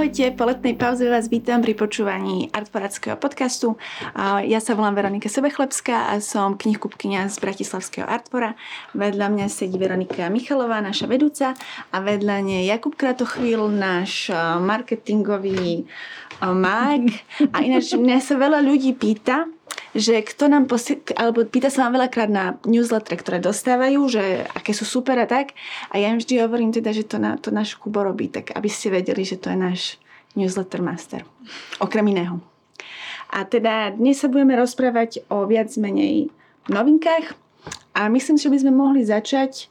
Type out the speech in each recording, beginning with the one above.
Ahojte, po letnej pauze vás vítam pri počúvaní Artporadského podcastu. Ja sa volám Veronika Sebechlebská a som knihkupkyňa z Bratislavského Artpora. Vedľa mňa sedí Veronika Michalová, naša vedúca, a vedľa nej Jakub Kratochvíl, náš marketingový mág. A ináč mňa sa veľa ľudí pýta, že kto nám alebo pýta sa vám veľakrát na newsletter, ktoré dostávajú, že aké sú super a tak. A ja im vždy hovorím teda, že to náš Kubo robí, tak aby ste vedeli, že to je náš newsletter master. Okrem iného. A teda dnes sa budeme rozprávať o viac menej novinkách a myslím, že by sme mohli začať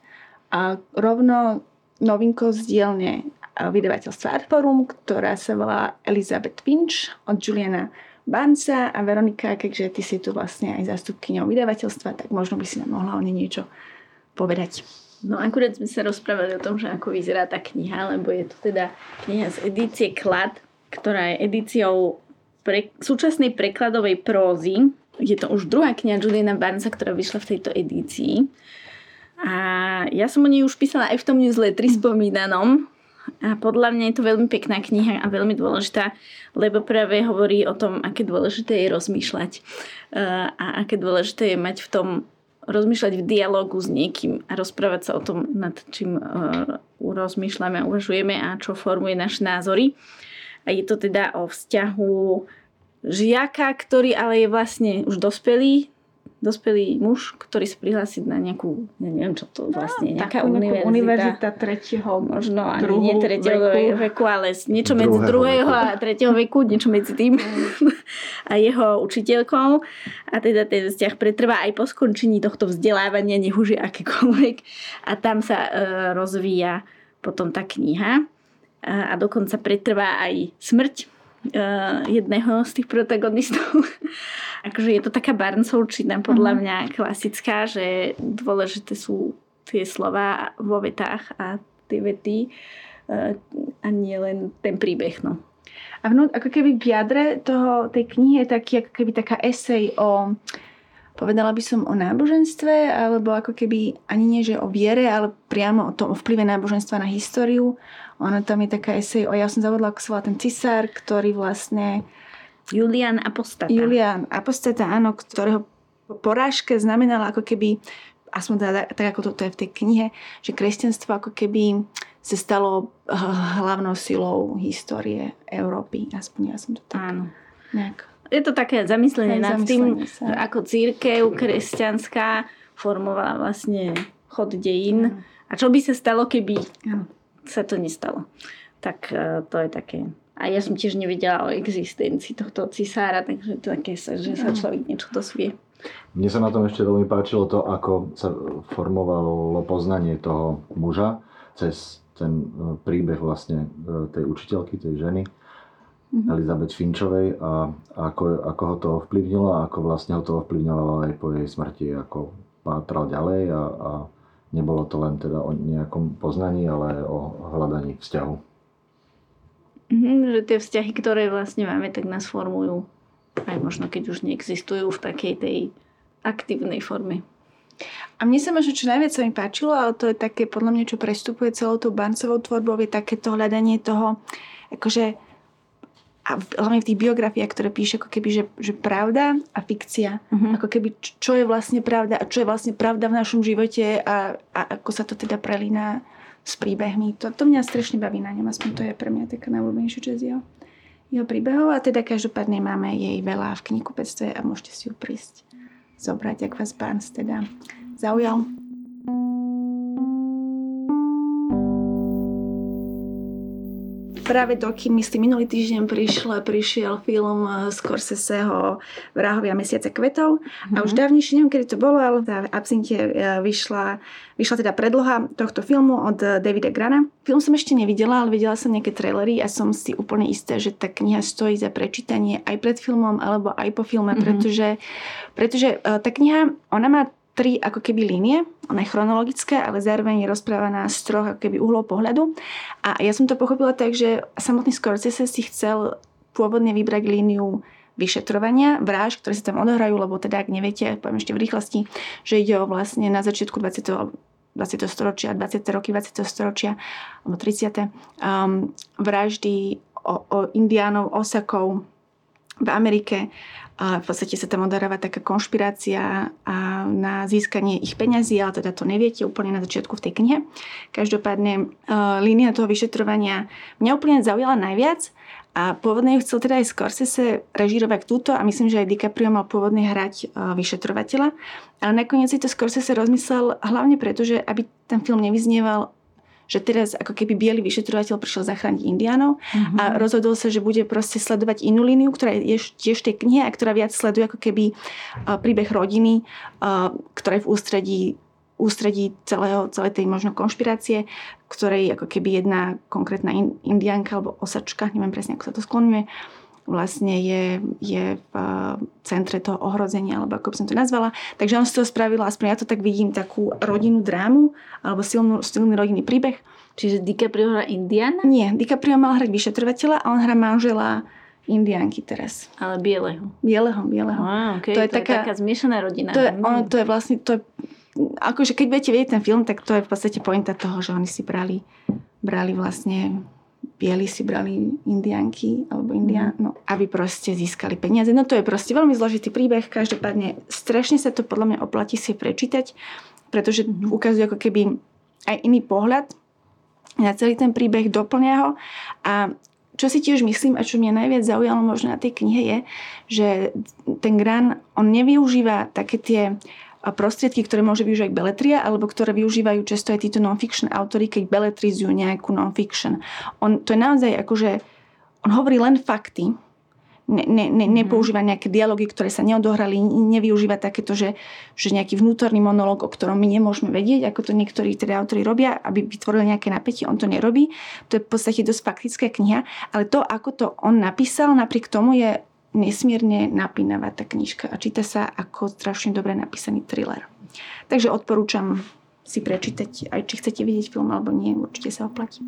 rovno novinkou z dielne vydavateľstva Artforum, ktorá sa volá Elizabeth Finch od Juliana Barnesa. A Veronika, keďže ty si tu vlastne aj zástupkyňou vydavateľstva, tak možno by si nám mohla o nej niečo povedať. No akurát sme sa rozprávali o tom, že ako vyzerá tá kniha, lebo je to teda kniha z edície Klad, ktorá je edíciou súčasnej prekladovej prózy. Je to už druhá kniha Juliana Barnesa, ktorá vyšla v tejto edícii. A ja som o nej už písala aj v tom newsletteri spomínanom. A podľa mňa je to veľmi pekná kniha a veľmi dôležitá, lebo práve hovorí o tom, aké dôležité je rozmýšľať a aké dôležité je mať v tom rozmýšľať v dialógu s niekým a rozprávať sa o tom, nad čím rozmýšľame a uvažujeme a čo formuje naše názory. A je to teda o vzťahu žiaka, ktorý ale je vlastne už dospelý muž, ktorý sa prihlási na nejakú, neviem čo to vlastne, nejaká univerzita tretieho, možno ani nie tretieho veku, ale niečo medzi druhého a tretieho veku, niečo medzi tým a jeho učiteľkou. A teda ten vzťah pretrvá aj po skončení tohto vzdelávania, nech už je akékoľvek. A tam sa rozvíja potom tá kniha a dokonca pretrvá aj smrť jedného z tých protagonistov. Akože je to taká Barnesovčina podľa mňa klasická, že dôležité sú tie slová vo vetách a tie vety a nie len ten príbeh. No. A ako keby v jadre tej knihy je taký, ako keby taká esej o, povedala by som, o náboženstve, alebo ako keby ani nie, že o viere, ale priamo o tom, o vplyve náboženstva na históriu. Ono tam je taká esej ja som zavodla, ako sa volá ten cisár, ktorý vlastne Julian Apostata, áno, ktorého porážka znamenala ako keby, aspoň teda, tak ako to je v tej knihe, že kresťanstvo ako keby sa stalo hlavnou silou histórie Európy. Aspoň ja som to tak nejak. Je to také zamyslenie nad tým, ako cirkev kresťanská formovala vlastne chod dejín. A čo by sa stalo, keby sa to nestalo. Tak to je také. A ja som tiež nevedela o existencii tohto cisára, takže to také, že sa človek niečo dosvie. Mne sa na tom ešte veľmi páčilo to, ako sa formovalo poznanie toho muža cez ten príbeh vlastne tej učiteľky, tej ženy, Elizabeth Finchovej, a ako ho to ovplyvnilo a ako vlastne ho to ovplyvňovalo aj po jej smrti, ako pátral ďalej a nebolo to len teda o nejakom poznaní, ale o hľadaní vzťahu. Že tie vzťahy, ktoré vlastne máme, tak nás formujú. Aj možno, keď už neexistujú v takej tej aktívnej forme. A mne sa možno čo najviac sa mi páčilo, ale to je také, podľa mňa, čo prestupuje celou tou Barnesovou tvorbou, je takéto hľadanie toho, akože, a hlavne v tých biografiách, ktoré píše, ako keby, že pravda a fikcia. Ako keby, čo je vlastne pravda a čo je vlastne pravda v našom živote a ako sa to teda prelína s príbehmi. To mňa strašne baví na ňom. Aspoň to je pre mňa taká najobľúbenejšia časť jeho príbehov. A teda každopádne máme jej veľa v knihkupectve a môžete si ju prísť zobrať, ak vás Barnes teda zaujal. Práve do kín, myslím, minulý týždeň prišiel film Scorseseho Vrahovia mesiaca kvetov. A už dávnejšie, neviem, kedy to bolo, ale v absinte vyšla teda predloha tohto filmu od Davida Grana. Film som ešte nevidela, ale videla som nejaké trailery a som si úplne istá, že tá kniha stojí za prečítanie aj pred filmom alebo aj po filme, pretože tá kniha, ona má 3 ako keby línie. Ona je chronologická, ale zároveň je rozprávaná z 3 ako keby uhlov pohľadu. A ja som to pochopila tak, že samotný Scorsese si chcel pôvodne vybrať líniu vyšetrovania vražd, ktoré sa tam odohrajú, lebo teda, ak neviete, poviem ešte v rýchlosti, že ide o vlastne na začiatku 20. storočia, 20. roky 20. storočia, alebo 30. Vraždy o indiánov, osakov v Amerike. V podstate sa tam odohráva taká konšpirácia na získanie ich peňazí, ale teda to neviete úplne na začiatku v tej knihe. Každopádne línia toho vyšetrovania mňa úplne zaujala najviac a pôvodne ju chcel teda aj Scorsese režírovať túto a myslím, že aj DiCaprio mal pôvodne hrať vyšetrovateľa. Ale nakoniec si to Scorsese rozmyslel hlavne preto, že aby ten film nevyznieval, že teraz ako keby biely vyšetrovateľ prišiel zachrániť indiánov a rozhodol sa, že bude proste sledovať inú líniu, ktorá je tiež v tej knihe a ktorá viac sleduje ako keby príbeh rodiny, ktorá je v ústredí celej tej možno konšpirácie, ktorej ako keby jedna konkrétna indiánka alebo osačka, neviem presne, ako sa to skloňuje, vlastne je v centre toho ohrozenia, alebo ako by som to nazvala. Takže on z toho spravil, aspoň ja to tak vidím, takú rodinnú drámu, alebo silný rodinný príbeh. Čiže DiCaprio hrá Indiana? Nie, DiCaprio mal hrať vyšetrovateľa a on hrá manžela Indiánky teraz. Ale bieleho. Bieleho. Okay. To je taká zmiešaná rodina. To je vlastne, akože keď budete vidieť ten film, tak to je v podstate pointa toho, že oni si brali vlastne bieli si brali indiánky alebo aby proste získali peniaze. No to je proste veľmi zložitý príbeh. Každopádne strašne sa to podľa mňa oplatí si prečítať, pretože ukazuje ako keby aj iný pohľad na celý ten príbeh, doplňa ho. A čo si tiež myslím a čo mňa najviac zaujalo možno na tej knihe je, že ten Gran, on nevyužíva také tie prostriedky, ktoré môže využívať beletria, alebo ktoré využívajú často aj títo non-fiction autory, keď beletrizujú nejakú non-fiction. To je naozaj akože, on hovorí len fakty, nepoužíva nejaké dialógy, ktoré sa neodohrali, nevyužíva takéto, že nejaký vnútorný monológ, o ktorom my nemôžeme vedieť, ako to niektorí teda autori robia, aby vytvorili nejaké napätie, on to nerobí. To je v podstate dosť faktická kniha, ale to, ako to on napísal, napriek tomu je nesmierne napínavá tá knižka a číta sa ako strašne dobre napísaný thriller. Takže odporúčam si prečítať, aj či chcete vidieť film alebo nie, určite sa oplatí.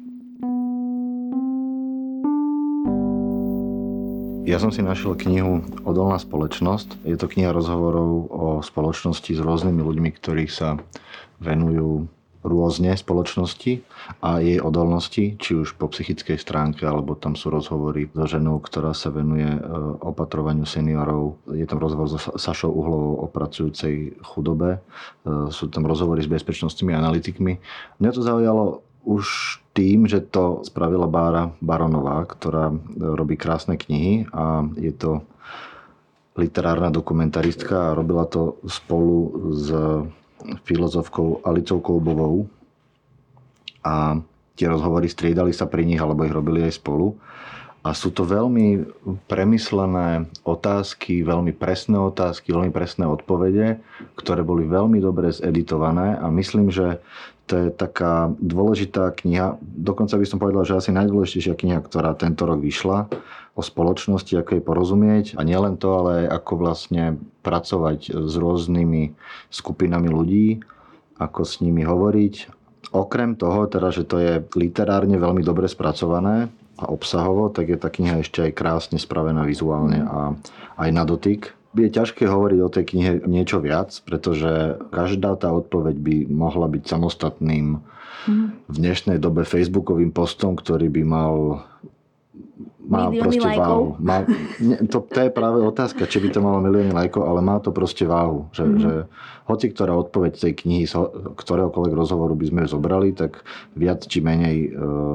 Ja som si našiel knihu Odolná spoločnosť. Je to kniha rozhovorov o spoločnosti s rôznymi ľuďmi, ktorí sa venujú rôzne spoločnosti a jej odolnosti, či už po psychickej stránke, alebo tam sú rozhovory so ženou, ktorá sa venuje opatrovaniu seniorov. Je tam rozhovor so Sašou Uhlovou o pracujúcej chudobe. Sú tam rozhovory s bezpečnostnými analytikmi. Mňa to zaujalo už tým, že to spravila Bára Baronová, ktorá robí krásne knihy a je to literárna dokumentaristka a robila to spolu s filozofkou Alicou Kolbovou a tie rozhovory striedali sa pri nich, alebo ich robili aj spolu. A sú to veľmi premyslené otázky, veľmi presné odpovede, ktoré boli veľmi dobre zeditované a myslím, že to je taká dôležitá kniha, dokonca by som povedal, že asi najdôležitejšia kniha, ktorá tento rok vyšla o spoločnosti, ako jej porozumieť a nielen to, ale aj ako vlastne pracovať s rôznymi skupinami ľudí, ako s nimi hovoriť. Okrem toho, teda, že to je literárne veľmi dobre spracované a obsahovo, tak je tá kniha ešte aj krásne spravená vizuálne a aj na dotyk. Je ťažké hovoriť o tej knihe niečo viac, pretože každá tá odpoveď by mohla byť samostatným v dnešnej dobe facebookovým postom, ktorý by mal proste váhu. To je práve otázka, či by to malo milióny lajkov, ale má to proste váhu. Že hoci ktorá odpoveď tej knihy, z ktoréhokoľvek rozhovoru by sme ju zobrali, tak viac či menej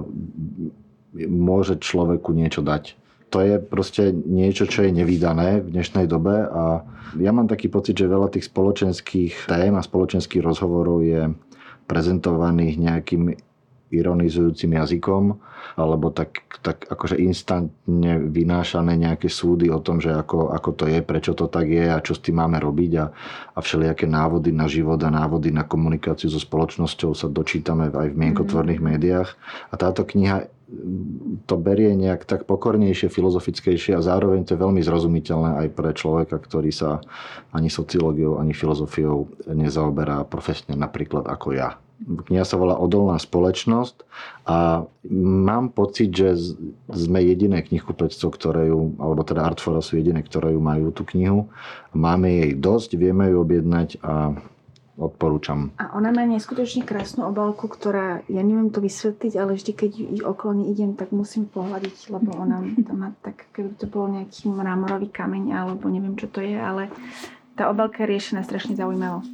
môže človeku niečo dať. To je proste niečo, čo je nevídané v dnešnej dobe a ja mám taký pocit, že veľa tých spoločenských tém a spoločenských rozhovorov je prezentovaných nejakým ironizujúcim jazykom alebo tak akože instantne vynášané nejaké súdy o tom, že ako to je, prečo to tak je a čo s tým máme robiť a všelijaké návody na život a návody na komunikáciu so spoločnosťou sa dočítame aj v mienkotvorných médiách a táto kniha to berie nejak tak pokornejšie, filozofickejšie a zároveň to je veľmi zrozumiteľné aj pre človeka, ktorý sa ani sociológiou, ani filozofiou nezaoberá profesne, napríklad ako ja. Kniha sa volá Odolná spoločnosť a mám pocit, že sme jediné knihkupectvo, ktoré ju, alebo teda Artfora sú jediné, ktoré ju majú tú knihu. Máme jej dosť, vieme ju objednať a odporúčam. A ona má neskutočne krásnu obálku, ktorá, ja neviem to vysvetliť, ale vždy, keď okolo nej idem, tak musím pohľadiť, lebo ona tam má tak, keby to bol nejaký mramorový kameň, alebo neviem, čo to je, ale tá obálka je riešená strašne zaujímavo.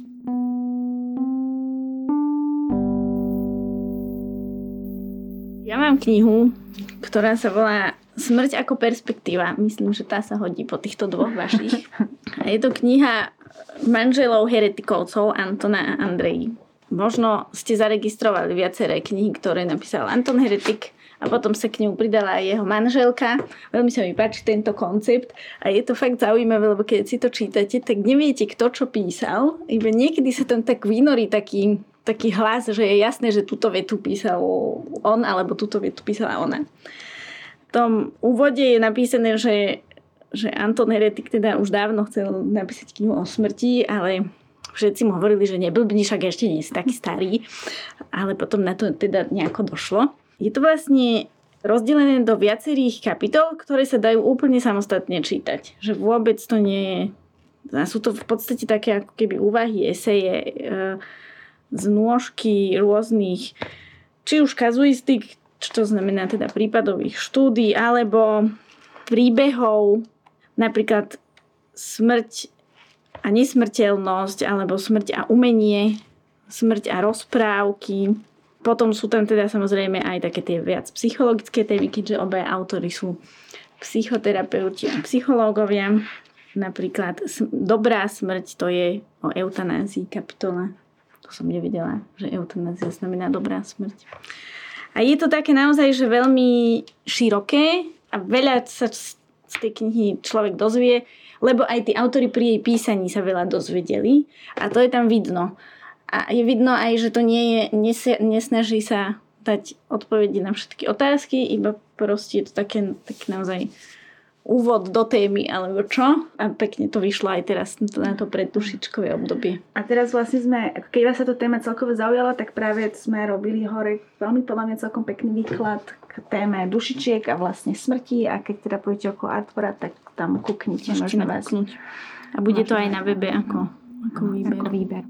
Ja mám knihu, ktorá sa volá Smrť ako perspektíva. Myslím, že tá sa hodí po týchto dvoch vašich. A je to kniha manželov heretikovcov Antona a Andreji. Možno ste zaregistrovali viaceré knihy, ktoré napísal Anton Heretik a potom sa k ňu pridala aj jeho manželka. Veľmi sa mi páči tento koncept a je to fakt zaujímavé, lebo keď si to čítate, tak neviete, kto čo písal. Iba niekedy sa tam tak vynorí taký hlas, že je jasné, že túto vetu písal on, alebo túto vetu písala ona. V tom úvode je napísané, že Anton Heretik teda už dávno chcel napísať knihu o smrti, ale všetci mu hovorili, že neblbni, však ešte nie si taký starý, ale potom na to teda nejako došlo. Je to vlastne rozdelené do viacerých kapitol, ktoré sa dajú úplne samostatne čítať. Že vôbec to nie je... Sú to v podstate také ako keby úvahy, eseje, znôžky rôznych, či už kazuistik, čo to znamená teda prípadových štúdií, alebo príbehov, napríklad smrť a nesmrteľnosť, alebo smrť a umenie, smrť a rozprávky. Potom sú tam teda samozrejme aj také tie viac psychologické témy, keďže obaja autori sú psychoterapeuti a psychológovia. Napríklad Dobrá smrť, to je o eutanázii kapitola. To som nevedela, že eutanázia znamená dobrá smrť. A je to také naozaj, že veľmi široké a veľa sa z tej knihy človek dozvie, lebo aj tí autori pri jej písaní sa veľa dozvedeli a to je tam vidno. A je vidno aj, že to nesnaží sa dať odpovede na všetky otázky, iba proste je to také naozaj úvod do témy, alebo čo. A pekne to vyšlo aj teraz na to preddušičkové obdobie. A teraz vlastne sme, keď vás sa to téma celkovo zaujala, tak práve sme robili hore veľmi podľa mňa celkom pekný výklad k téme dušičiek a vlastne smrti a keď teda pôjdete okolo Artvora, tak tam kúknite. Môžeme vás kúknuť. A bude to aj na webe ako výber.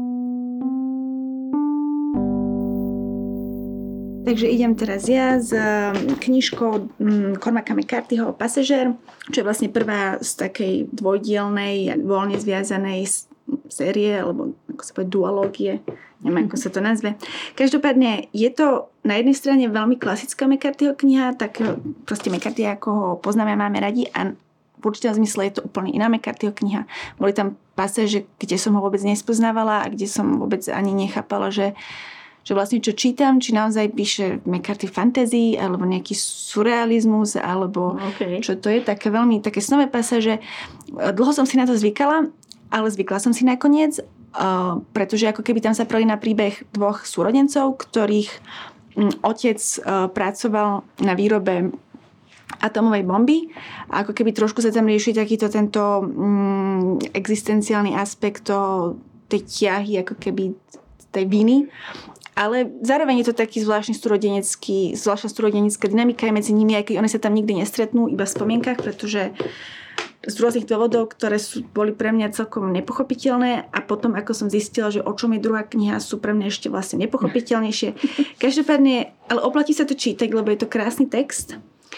Takže idem teraz ja s knižkou Cormaca McCarthyho Pasažér, čo je vlastne prvá z takej dvojdielnej, voľne zviazanej série, alebo ako sa povie, duológie, neviem, ako sa to nazve. Každopádne je to na jednej strane veľmi klasická McCarthyho kniha, tak proste McCarthy, ako ho poznáme a máme radi, a v určitom zmysle je to úplne iná McCarthyho kniha. Boli tam pasáže, kde som ho vôbec nespoznávala a kde som vôbec ani nechápala, že vlastne čo čítam, či naozaj píše McCarthy fantasy, alebo nejaký surrealizmus, alebo čo to je, také veľmi také snové pasáže. Dlho som si na to zvykala, ale zvykla som si nakoniec, pretože ako keby tam sa prelína príbeh dvoch súrodencov, ktorých otec pracoval na výrobe atomovej bomby a ako keby trošku sa tam rieši takýto tento existenciálny aspekt tej ťahy, ako keby tej viny. Ale zároveň je to taký zvláštna súrodenecká dynamika medzi nimi, aj keď oni sa tam nikdy nestretnú, iba v spomienkach, pretože z rôznych dôvodov, ktoré boli pre mňa celkom nepochopiteľné a potom, ako som zistila, že o čom je druhá kniha, sú pre mňa ešte vlastne nepochopiteľnejšie. Každopádne, ale oplatí sa to čítať, lebo je to krásny text.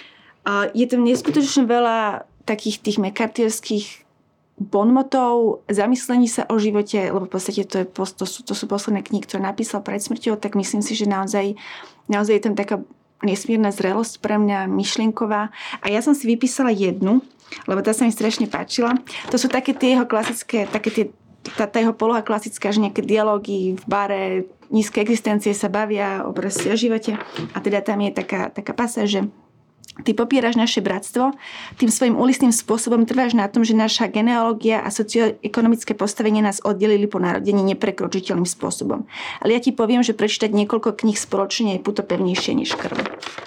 Je tam neskutočne veľa takých tých McCarthyovských bonmotov, zamyslení sa o živote, lebo v podstate to sú posledné knihy, ktoré napísal pred smrťou, tak myslím si, že naozaj je tam taká nesmierna zrelosť pre mňa myšlienková. A ja som si vypísala jednu, lebo tá sa mi strašne páčila. To sú také tie jeho klasické, tá jeho poloha klasická, že nejaké dialógy v bare, nízke existencie sa bavia o proste o živote. A teda tam je taká pasáž, že ty popieraš naše bratstvo, tým svojim úlistným spôsobom trváš na tom, že naša genealógia a socioekonomické postavenie nás oddelili po narodení neprekročiteľným spôsobom. Ale ja ti poviem, že prečítať niekoľko kníh spoločne je puto pevnejšie než krv.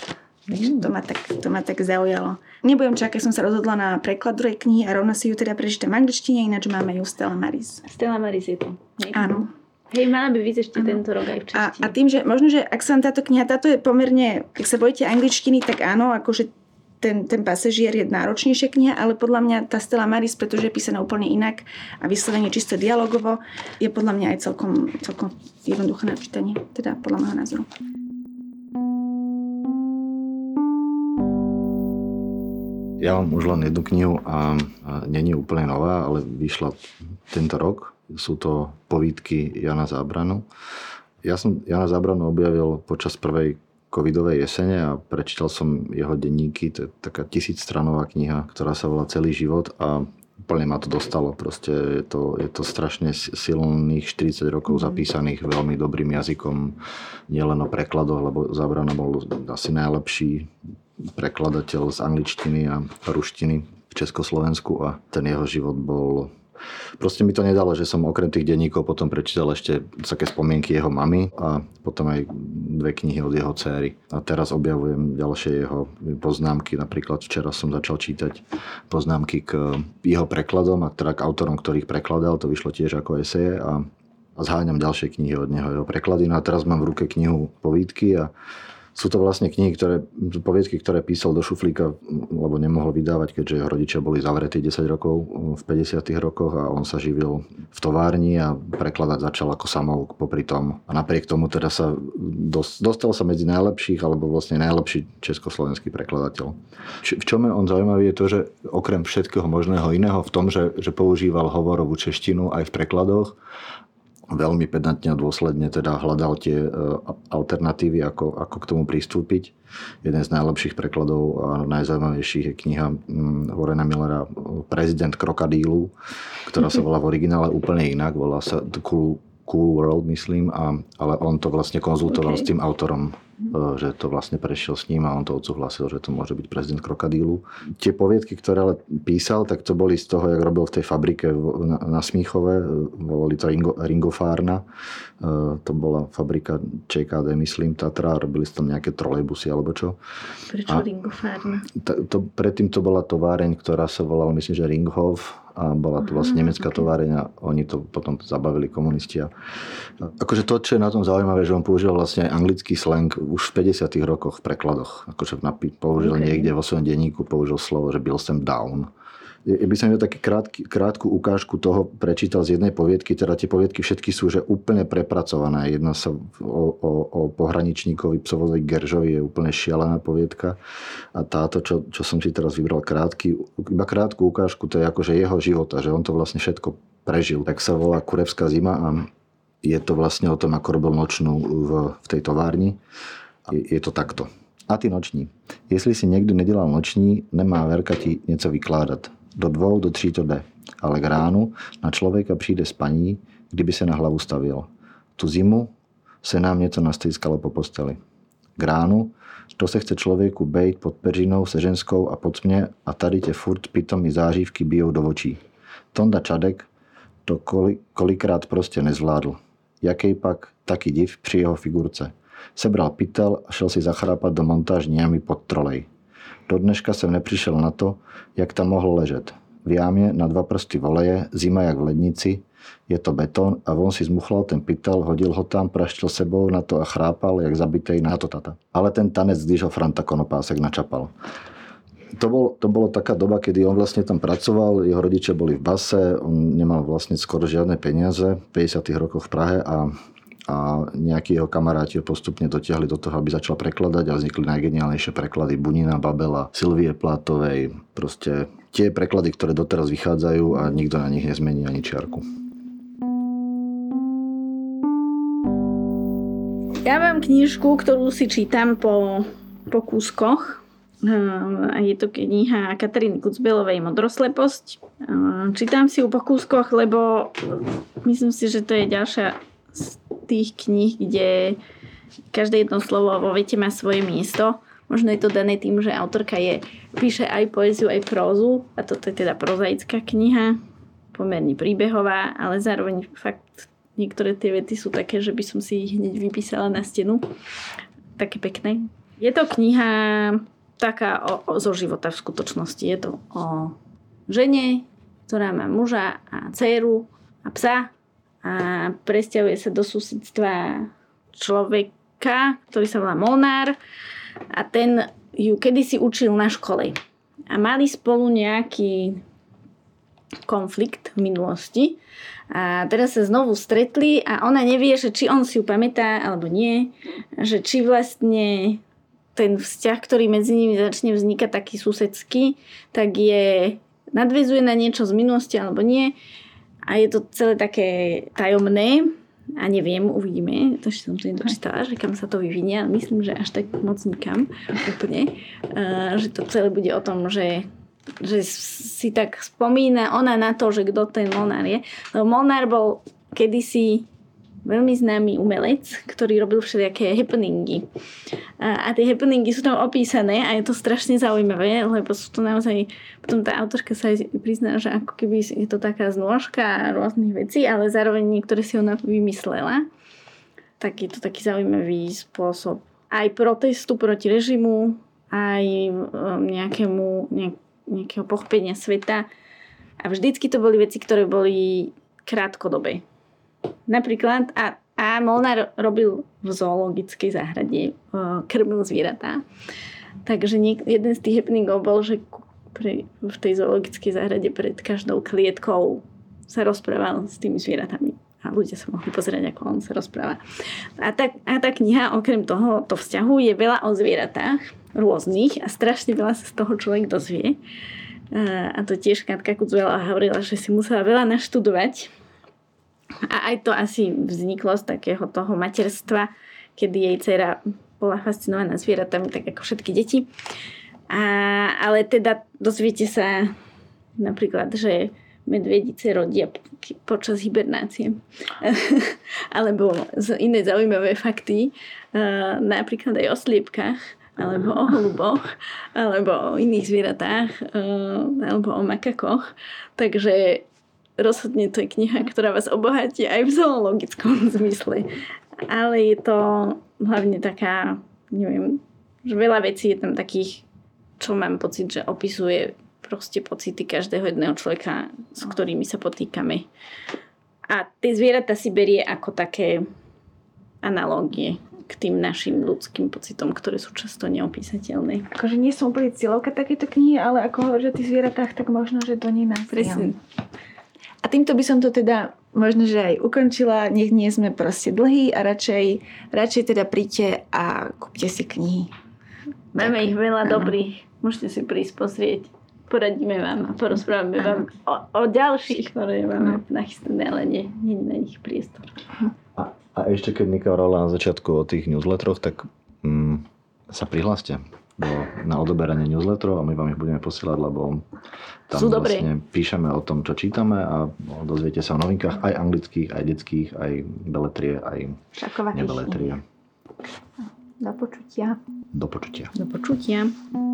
To ma tak zaujalo. Nebudem čakať, som sa rozhodla na preklad druhej knihy a rovno si ju teda prečítam v angličtine, ináč máme ju Stella Maris. Stella Maris je to. Áno. Hej, mala by vyjsť ešte tento rok aj v češtine. A tým, že možno, že ak sa vám táto kniha, táto je pomerne, ak sa bojíte angličtiny, tak áno, akože ten pasažier je náročnejšia kniha, ale podľa mňa tá Stella Maris, pretože je písaná úplne inak a vyslovene čisto dialogovo, je podľa mňa aj celkom jednoduché na čítanie, teda podľa môjho názoru. Ja mám už len jednu knihu a nie je úplne nová, ale vyšla tento rok. Sú to povídky Jana Zábranu. Ja som Jana Zábranu objavil počas prvej covidovej jesene a prečítal som jeho denníky. To je taká 1000-stranová kniha, ktorá sa volá Celý život a úplne ma to dostalo. Proste je to strašne silných 40 rokov zapísaných veľmi dobrým jazykom, nielen o prekladoch, lebo Zábrana bol asi najlepší prekladateľ z angličtiny a ruštiny v Československu a ten jeho život bol... Proste mi to nedalo, že som okrem tých denníkov potom prečítal ešte také spomienky jeho mamy a potom aj 2 knihy od jeho dcéry. A teraz objavujem ďalšie jeho poznámky. Napríklad včera som začal čítať poznámky k jeho prekladom a teda k autorom, ktorých prekladal. To vyšlo tiež ako eseje a zháňam ďalšie knihy od neho, jeho preklady. No a teraz mám v ruke knihu Povídky a sú to vlastne knihy, poviedky, ktoré písal do šuflíka, lebo nemohol vydávať, keďže jeho rodičia boli zavretí 10 rokov v 50. rokoch a on sa živil v továrni a prekladať začal ako samouk popri tom. A napriek tomu teda sa dostal sa medzi najlepších, alebo vlastne najlepší československý prekladateľ. V čom je on zaujímavý je to, že okrem všetkého možného iného v tom, že používal hovorovú češtinu aj v prekladoch, veľmi pedantne a dôsledne teda hľadal tie alternatívy, ako k tomu pristúpiť. Jeden z najlepších prekladov a najzaujímavejších je kniha Warrena Millera Prezident krokodílu, ktorá sa volá v originále úplne inak, volá sa The Cool World, myslím, ale on to vlastne konzultoval s tým autorom, že to vlastne prešiel s ním a on to odsúhlasil, že to môže byť Prezident krokodílu. Tie poviedky, ktoré ale písal, tak to boli z toho, jak robil v tej fabrike na Smíchove, volali to Ringofárna. To bola fabrika ČKD, myslím, Tatra, robili tam nejaké trolejbusy alebo čo. Prečo Ringofárna? Predtým to bola továreň, ktorá sa volala, myslím, že Ringhof a bola to vlastne nemecká továreň a oni to potom zabavili komunisti. Akože to, čo je na tom zaujímavé, že on použil vlastne anglický slang už v 50. rokoch v prekladoch. Akože použil niekde vo svojom denníku, použil slovo, že Bill sem down. Ja by som taký krátku ukážku toho prečítal z jednej poviedky, teda tie poviedky všetky sú že úplne prepracované. Jedna sa o pohraničníkovi psovozovi Geržovi je úplne šialená poviedka a táto, čo som si teraz vybral iba krátku ukážku, to je akože jeho života, že on to vlastne všetko prežil. Tak sa volá Kurevská zima a je to vlastne o tom, ako robil nočnú v tej továrni. Je to takto. A ty noční. Jestli si někdo nedělal noční, nemá Verka ti něco vykládat. Do 2, do 3 to jde. Ale k ránu na člověka přijde spaní, kdyby se na hlavu stavil. Tu zimu se nám něco nastýskalo po posteli. K ránu to se chce člověku bejt pod peřinou se ženskou a pod tmě a tady tě furt pitomí zářívky bijou do očí. Tonda Čadek to kolikrát prostě nezvládl. Jakej pak taky div při jeho figurce. Sebral pytel a šel si zachrápat do montážní jamy pod trolej. Do dneška jsem nepřišel na to, jak tam mohl ležet. V jámě na 2 prsty voleje, zima jak v lednici, je to beton a on si zmuchlal ten pytel, hodil ho tam, praštil sebou na to a chrápal, jak zabitej na to tata. Ale ten tanec, když ho Franta Konopásek načapal. To bolo taká doba, kedy on vlastne tam pracoval, jeho rodičia boli v base, on nemal vlastne skoro žiadne peniaze v 50. rokoch v Prahe a nejakí jeho kamaráti ho postupne dotiahli do toho, aby začal prekladať a vznikli najgeniálnejšie preklady Bunina, Babela, Silvie Plátovej. Proste tie preklady, ktoré doteraz vychádzajú a nikto na nich nezmení ani čiarku. Ja mám knižku, ktorú si čítam po kúskoch. Je to kniha Kataríny Kucbelovej Modrosleposť. Čítam si ju po kúskoch, lebo myslím si, že to je ďalšia z tých kníh, kde každé jedno slovo vo vete má svoje miesto. Možno je to dané tým, že autorka píše aj poéziu, aj prózu a toto je teda prozaická kniha, pomerne príbehová, ale zároveň fakt niektoré tie vety sú také, že by som si ich hneď vypísala na stenu. Také pekné. Je to kniha taká zo života v skutočnosti. Je to o žene, ktorá má muža a dcéru a psa a presťahuje sa do susedstva človeka, ktorý sa volá Molnár a ten ju kedysi učil na škole a mali spolu nejaký konflikt v minulosti a teraz sa znovu stretli a ona nevie, že či on si ju pamätá alebo nie, že či vlastne ten vzťah, ktorý medzi nimi začne vznikať taký susedský, tak nadväzuje na niečo z minulosti alebo nie a je to celé také tajomné a neviem, uvidíme, to ešte som to nedočítala, že kam sa to vyvinie, ale myslím, že až tak moc nikam úplne, že to celé bude o tom, že si tak spomína ona na to, že kto ten Molnár je. Lebo Molnár bol kedysi veľmi známy umelec, ktorý robil všelijaké happeningy. A tie happeningy sú tam opísané a je to strašne zaujímavé, lebo sú to naozaj, potom tá autorka sa aj prizná, že ako keby je to taká znôžka rôznych vecí, ale zároveň niektoré si ona vymyslela. Tak je to taký zaujímavý spôsob aj protestu proti režimu, aj nejakého pochopenia sveta. A vždycky to boli veci, ktoré boli krátkodobé. Napríklad, a Molnár robil v zoologickej záhrade, krmil zvieratá. Takže jeden z tých happeningov bol, že v tej zoologickej záhrade pred každou klietkou sa rozprával s tými zvieratami. A ľudia sa mohli pozerať, ako on sa rozpráva. A tá kniha, okrem tohoto vzťahu, je veľa o zvieratách rôznych a strašne veľa sa z toho človek dozvie. A to tiež Katka Kudzuelová hovorila, že si musela veľa naštudovať. A aj to asi vzniklo z takého toho materstva, kedy jej dcera bola fascinovaná zvieratami, tak ako všetky deti. Ale teda dozviete sa napríklad, že medvedice rodia počas hibernácie. Alebo iné zaujímavé fakty, napríklad aj o sliepkach, alebo o holuboch, alebo o iných zvieratách, alebo o makakoch. Takže rozhodne to je kniha, ktorá vás obohatí aj v zoologickom zmysle. Ale je to hlavne taká, neviem, že veľa vecí je tam takých, čo mám pocit, že opisuje proste pocity každého jedného človeka, s ktorými sa potýkame. A tie zvieratá si berie ako také analógie k tým našim ľudským pocitom, ktoré sú často neopísateľné. Akože nie som úplne cieľovka takéto knihy, ale ako hovoríš o tých zvieratách, tak možno, že do nej nás. Presne. A týmto by som to teda možno, že aj ukončila. Nech nie sme proste dlhí a radšej teda príďte a kúpte si knihy. Máme ich veľa dobrých. Môžete si prísť pozrieť. Poradíme vám a porozprávame vám o ďalších, ktoré máme nachystané, ale nie je na nich priestor. A ešte keď Nika hovorila na začiatku o tých newsletteroch, tak sa prihláste na odoberanie newsletterov a my vám ich budeme posielať, lebo tam vlastne píšeme o tom, čo čítame a dozviete sa o novinkách aj anglických, aj detských, aj beletrie, aj nebeletrie. Do počutia. Do počutia. Do počutia.